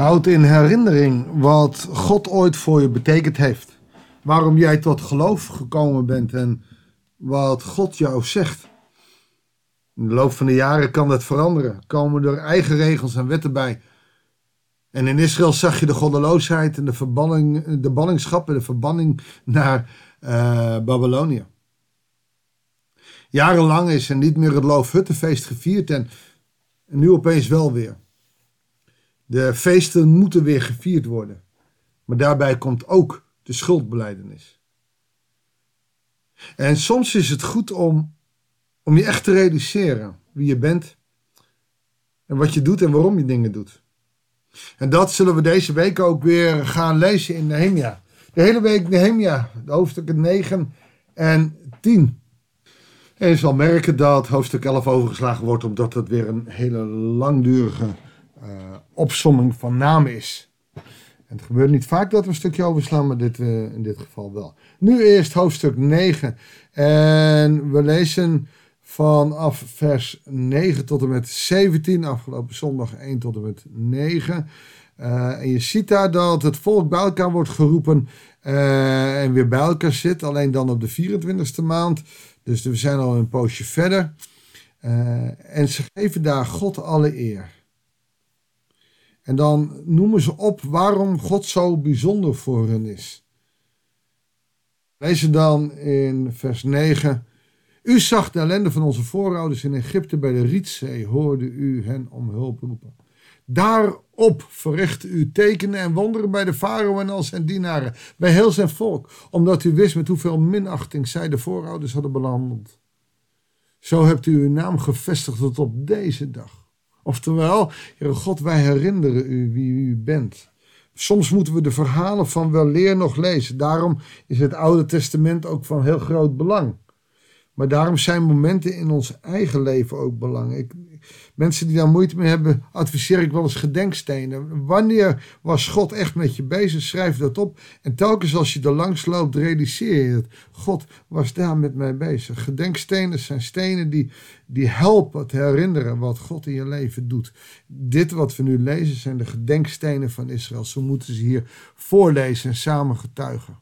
Houd in herinnering wat God ooit voor je betekend heeft. Waarom jij tot geloof gekomen bent en wat God jou zegt. In de loop van de jaren kan dat veranderen. Komen er eigen regels en wetten bij. En in Israël zag je de goddeloosheid en de ballingschap en de verbanning naar Babylonië. Jarenlang is er niet meer het Loofhuttenfeest gevierd en nu opeens wel weer. De feesten moeten weer gevierd worden. Maar daarbij komt ook de schuldbelijdenis. En soms is het goed om je echt te realiseren wie je bent. En wat je doet en waarom je dingen doet. En dat zullen we deze week ook weer gaan lezen in Nehemia. De hele week Nehemia, de hoofdstukken 9 en 10. En je zal merken dat hoofdstuk 11 overgeslagen wordt, omdat het weer een hele langdurige opsomming van namen is. En het gebeurt niet vaak dat we een stukje overslaan, maar in dit geval wel. Nu eerst hoofdstuk 9. En we lezen vanaf vers 9 tot en met 17, afgelopen zondag 1 tot en met 9. En je ziet daar dat het volk bij elkaar wordt geroepen en weer bij elkaar zit, alleen dan op de 24e maand. Dus we zijn al een poosje verder. En ze geven daar God alle eer. En dan noemen ze op waarom God zo bijzonder voor hen is. Lezen dan in vers 9. U zag de ellende van onze voorouders in Egypte bij de Rietzee, hoorde u hen om hulp roepen. Daarop verrichtte u tekenen en wonderen bij de farao en al zijn dienaren, bij heel zijn volk, omdat u wist met hoeveel minachting zij de voorouders hadden behandeld. Zo hebt u uw naam gevestigd tot op deze dag. Oftewel, Heere God, wij herinneren u wie u bent. Soms moeten we de verhalen van weleer nog lezen. Daarom is het Oude Testament ook van heel groot belang. Maar daarom zijn momenten in ons eigen leven ook belangrijk. Mensen die daar moeite mee hebben, adviseer ik wel eens gedenkstenen. Wanneer was God echt met je bezig? Schrijf dat op. En telkens als je er langs loopt, realiseer je het. God was daar met mij bezig. Gedenkstenen zijn stenen die helpen te herinneren wat God in je leven doet. Dit wat we nu lezen zijn de gedenkstenen van Israël. Zo moeten ze hier voorlezen en samen getuigen.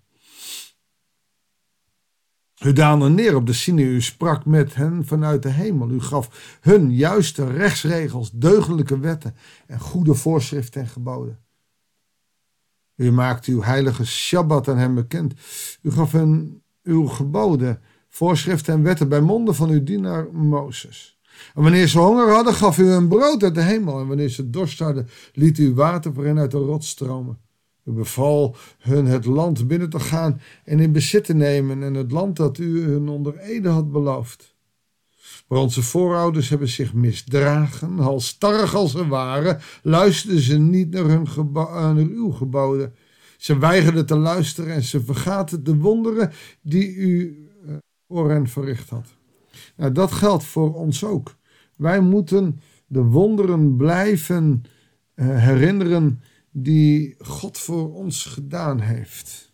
U daalde neer op de Sinai, u sprak met hen vanuit de hemel. U gaf hun juiste rechtsregels, deugdelijke wetten en goede voorschriften en geboden. U maakte uw heilige Shabbat aan hen bekend. U gaf hen uw geboden, voorschriften en wetten bij monden van uw dienaar Mozes. En wanneer ze honger hadden, gaf u hun brood uit de hemel. En wanneer ze dorst hadden, liet u water voor hen uit de rots stromen. U beval hun het land binnen te gaan en in bezit te nemen en het land dat u hun onder ede had beloofd. Maar onze voorouders hebben zich misdragen, halsstarrig als ze waren, luisterden ze niet naar uw geboden. Ze weigerden te luisteren en ze vergaten de wonderen die u voor hen verricht had. Nou, dat geldt voor ons ook. Wij moeten de wonderen blijven herinneren die God voor ons gedaan heeft.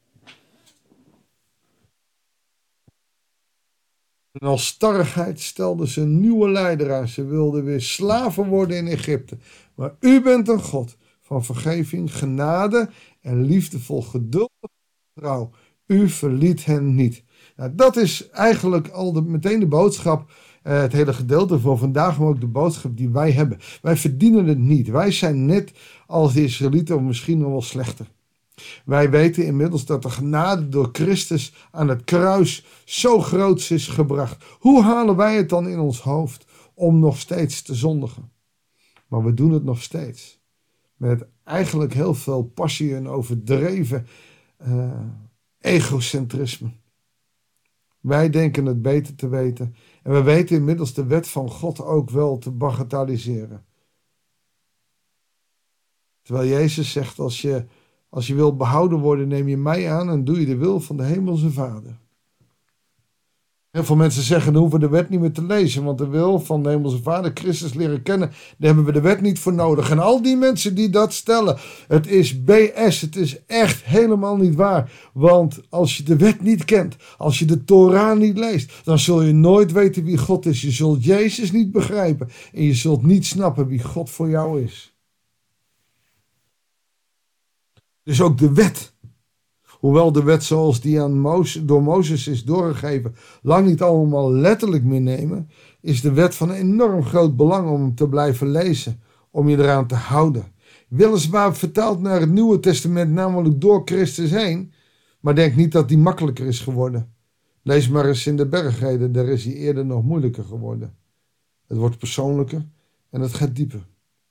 In halsstarrigheid stelden ze een nieuwe leider aan. Ze wilden weer slaven worden in Egypte. Maar u bent een God van vergeving, genade en liefdevol geduld en trouw. U verliet hen niet. Nou, dat is eigenlijk al meteen de boodschap. Het hele gedeelte voor vandaag, maar ook de boodschap die wij hebben. Wij verdienen het niet. Wij zijn net als de Israëlieten, of misschien nog wel slechter. Wij weten inmiddels dat de genade door Christus aan het kruis zo groot is gebracht. Hoe halen wij het dan in ons hoofd om nog steeds te zondigen? Maar we doen het nog steeds. Met eigenlijk heel veel passie en overdreven egocentrisme. Wij denken het beter te weten. En we weten inmiddels de wet van God ook wel te bagatelliseren. Terwijl Jezus zegt, als je wil behouden worden, neem je mij aan en doe je de wil van de hemelse Vader. Heel veel mensen zeggen, dan hoeven we de wet niet meer te lezen, want de wil van de hemelse Vader, Christus leren kennen, daar hebben we de wet niet voor nodig. En al die mensen die dat stellen, het is BS, het is echt helemaal niet waar. Want als je de wet niet kent, als je de Torah niet leest, dan zul je nooit weten wie God is. Je zult Jezus niet begrijpen en je zult niet snappen wie God voor jou is. Dus ook de wet. Hoewel de wet zoals die door Mozes is doorgegeven lang niet allemaal letterlijk meer nemen, is de wet van enorm groot belang om hem te blijven lezen, om je eraan te houden. Weliswaar vertaald naar het Nieuwe Testament, namelijk door Christus heen, maar denk niet dat die makkelijker is geworden. Lees maar eens in de bergreden, daar is hij eerder nog moeilijker geworden. Het wordt persoonlijker en het gaat dieper.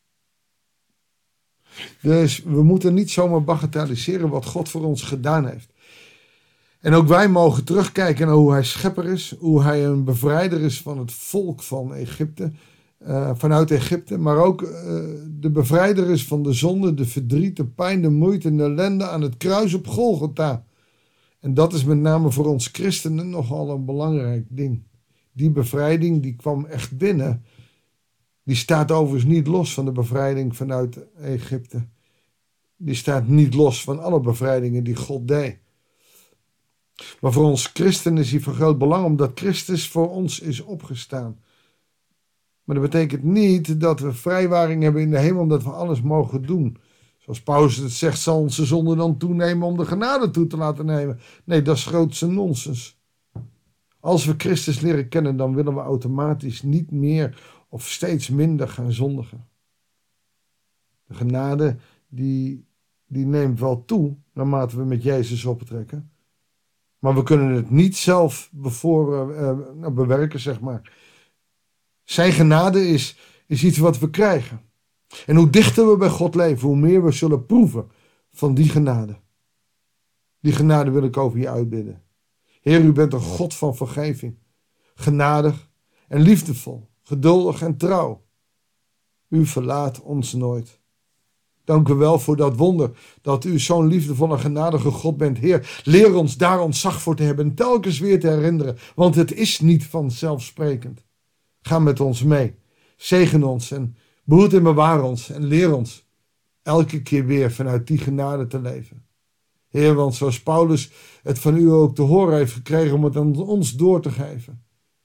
Dus we moeten niet zomaar bagatelliseren wat God voor ons gedaan heeft. En ook wij mogen terugkijken naar hoe hij schepper is, hoe hij een bevrijder is van het volk van Egypte, vanuit Egypte, maar ook de bevrijder is van de zonde, de verdriet, de pijn, de moeite en de ellende aan het kruis op Golgotha. En dat is met name voor ons christenen nogal een belangrijk ding. Die bevrijding die kwam echt binnen. Die staat overigens niet los van de bevrijding vanuit Egypte. Die staat niet los van alle bevrijdingen die God deed. Maar voor ons christenen is die van groot belang omdat Christus voor ons is opgestaan. Maar dat betekent niet dat we vrijwaring hebben in de hemel omdat we alles mogen doen. Zoals Paulus het zegt, zal onze zonde dan toenemen om de genade toe te laten nemen. Nee, dat is grootste nonsens. Als we Christus leren kennen, dan willen we automatisch niet meer of steeds minder gaan zondigen. De genade die neemt wel toe naarmate we met Jezus optrekken. Maar we kunnen het niet zelf bewerken, zeg maar. Zijn genade is iets wat we krijgen. En hoe dichter we bij God leven, hoe meer we zullen proeven van die genade. Die genade wil ik over je uitbidden. Heer, u bent een God van vergeving. Genadig en liefdevol, geduldig en trouw. U verlaat ons nooit. Dank u wel voor dat wonder, dat u zo'n liefdevolle en genadige God bent. Heer, leer ons daar ontzag voor te hebben en telkens weer te herinneren, want het is niet vanzelfsprekend. Ga met ons mee, zegen ons en behoed en bewaar ons en leer ons elke keer weer vanuit die genade te leven. Heer, want zoals Paulus het van u ook te horen heeft gekregen om het aan ons door te geven.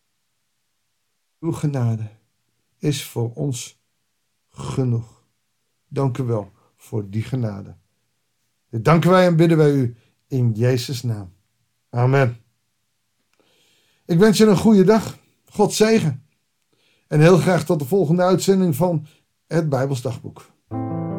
Uw genade is voor ons genoeg. Dank u wel voor die genade. Dit danken wij en bidden wij u in Jezus' naam. Amen. Ik wens je een goede dag. God zegen. En heel graag tot de volgende uitzending van het Bijbels Dagboek.